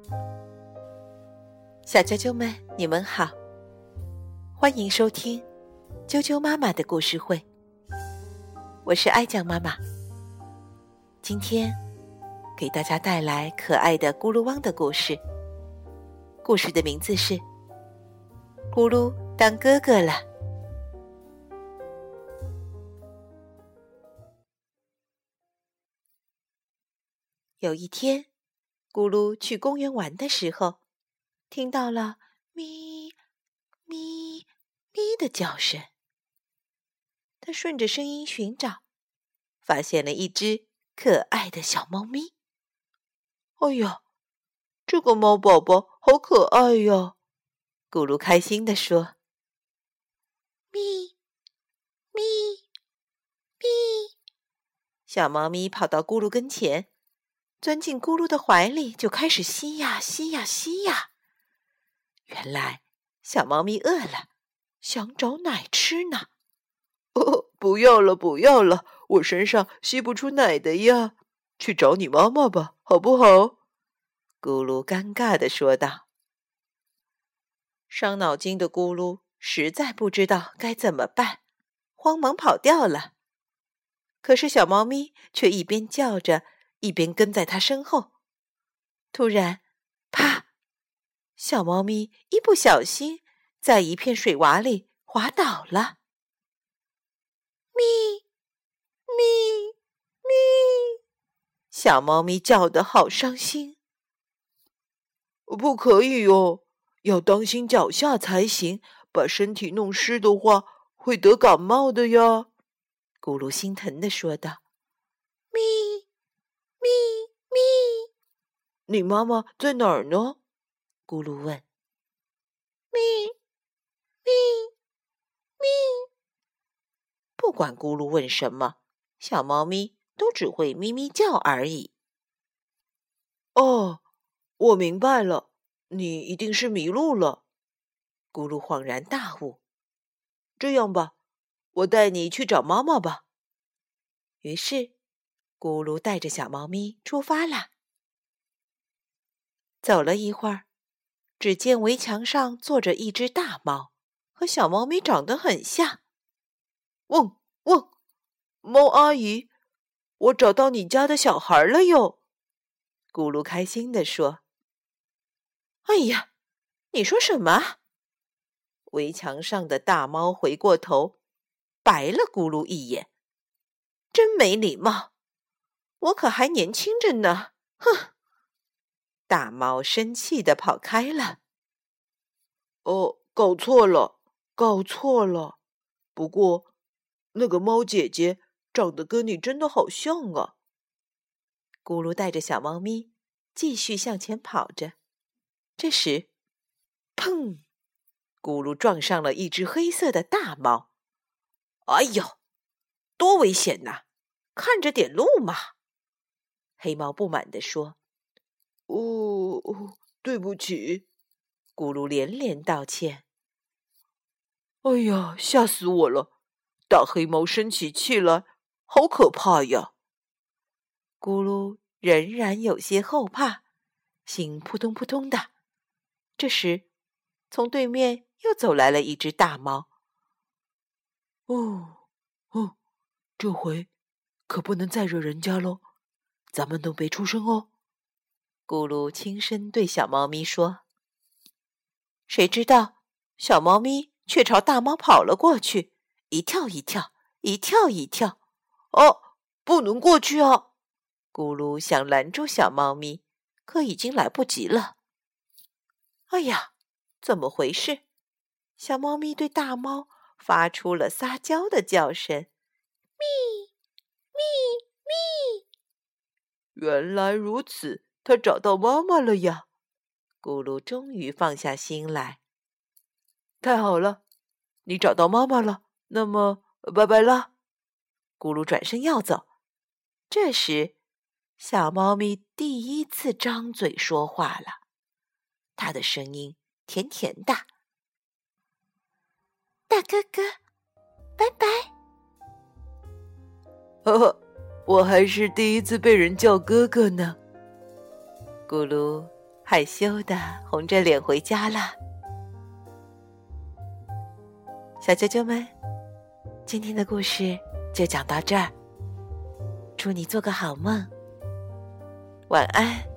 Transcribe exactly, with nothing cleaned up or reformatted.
小啾啾们，你们好，欢迎收听啾啾妈妈的故事会。我是爱酱妈妈，今天给大家带来可爱的咕噜汪的故事。故事的名字是咕噜当哥哥了。有一天，咕噜去公园玩的时候，听到了咪咪咪的叫声。他顺着声音寻找，发现了一只可爱的小猫咪。哎呀，这个猫宝宝好可爱呀！咕噜开心地说。咪咪咪，小猫咪跑到咕噜跟前，钻进咕噜的怀里，就开始吸呀吸呀吸呀。原来小猫咪饿了，想找奶吃呢。哦，不要了不要了，我身上吸不出奶的呀，去找你妈妈吧，好不好？咕噜尴尬地说道。伤脑筋的咕噜实在不知道该怎么办，慌忙跑掉了。可是小猫咪却一边叫着，一边跟在它身后。突然，啪！小猫咪一不小心在一片水洼里滑倒了。咪咪咪，小猫咪叫得好伤心。不可以哦，要当心脚下才行，把身体弄湿的话会得感冒的呀。咕噜心疼地说道。咪咪咪，你妈妈在哪儿呢？咕噜问。咪咪咪，不管咕噜问什么，小猫咪都只会咪咪叫而已。哦，我明白了，你一定是迷路了。咕噜恍然大悟。这样吧，我带你去找妈妈吧。于是，咕噜带着小猫咪出发了。走了一会儿，只见围墙上坐着一只大猫，和小猫咪长得很像。汪汪，猫阿姨，我找到你家的小孩了哟！咕噜开心地说。哎呀，你说什么？围墙上的大猫回过头，白了咕噜一眼。真没礼貌，我可还年轻着呢，哼！大猫生气地跑开了。哦，搞错了，搞错了。不过，那个猫姐姐长得跟你真的好像啊。咕噜带着小猫咪继续向前跑着。这时，砰！咕噜撞上了一只黑色的大猫。哎呦，多危险呐！看着点路嘛！黑猫不满地说。哦，对不起。咕噜连连道歉。哎呀，吓死我了！大黑猫生起气来，好可怕呀！咕噜仍然有些后怕，心扑通扑通的。这时，从对面又走来了一只大猫。哦，哦，这回可不能再惹人家喽，咱们都别出声哦。咕噜轻声对小猫咪说。谁知道，小猫咪却朝大猫跑了过去，一跳一跳，一跳一跳。哦，不能过去啊！咕噜想拦住小猫咪，可已经来不及了。哎呀，怎么回事？小猫咪对大猫发出了撒娇的叫声。咪咪咪！原来如此，它找到妈妈了呀！咕噜终于放下心来。太好了，你找到妈妈了，那么拜拜啦！咕噜转身要走。这时，小猫咪第一次张嘴说话了，它的声音甜甜的。大哥哥，拜拜。呵呵，我还是第一次被人叫哥哥呢。咕噜害羞地红着脸回家了。小啾啾们，今天的故事就讲到这儿，祝你做个好梦，晚安。